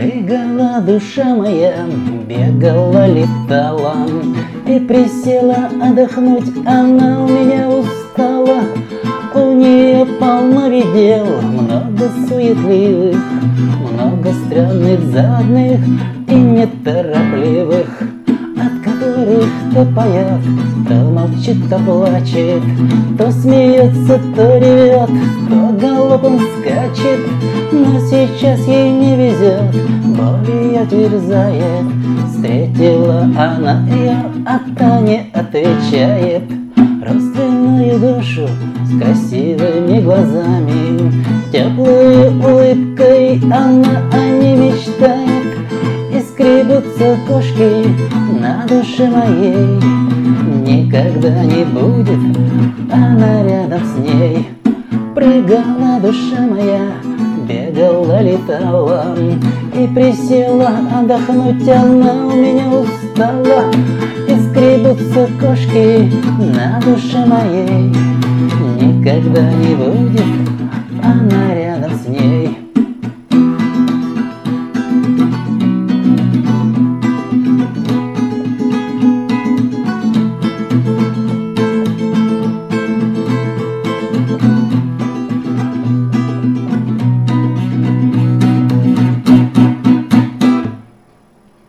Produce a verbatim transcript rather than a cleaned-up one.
Прыгала душа моя, бегала, летала и присела отдохнуть, она у меня устала. У нее полно видел, много суетливых, много странных, задных и неторопливых, от которых то поет, то молчит, то плачет, то смеется, то ревет, то галопом скачет. Но сейчас ей не везет, боль ее терзает. Встретила она ее, а та не отвечает. Родственную душу с красивыми глазами, теплой улыбкой она о ней мечтает. И скребутся кошки на душе моей, никогда не будет она рядом с ней. Прыгала душа моя, бегала, летала и присела отдохнуть, она у меня устала. И скребутся кошки на душе моей, никогда не будет она рядом с ней.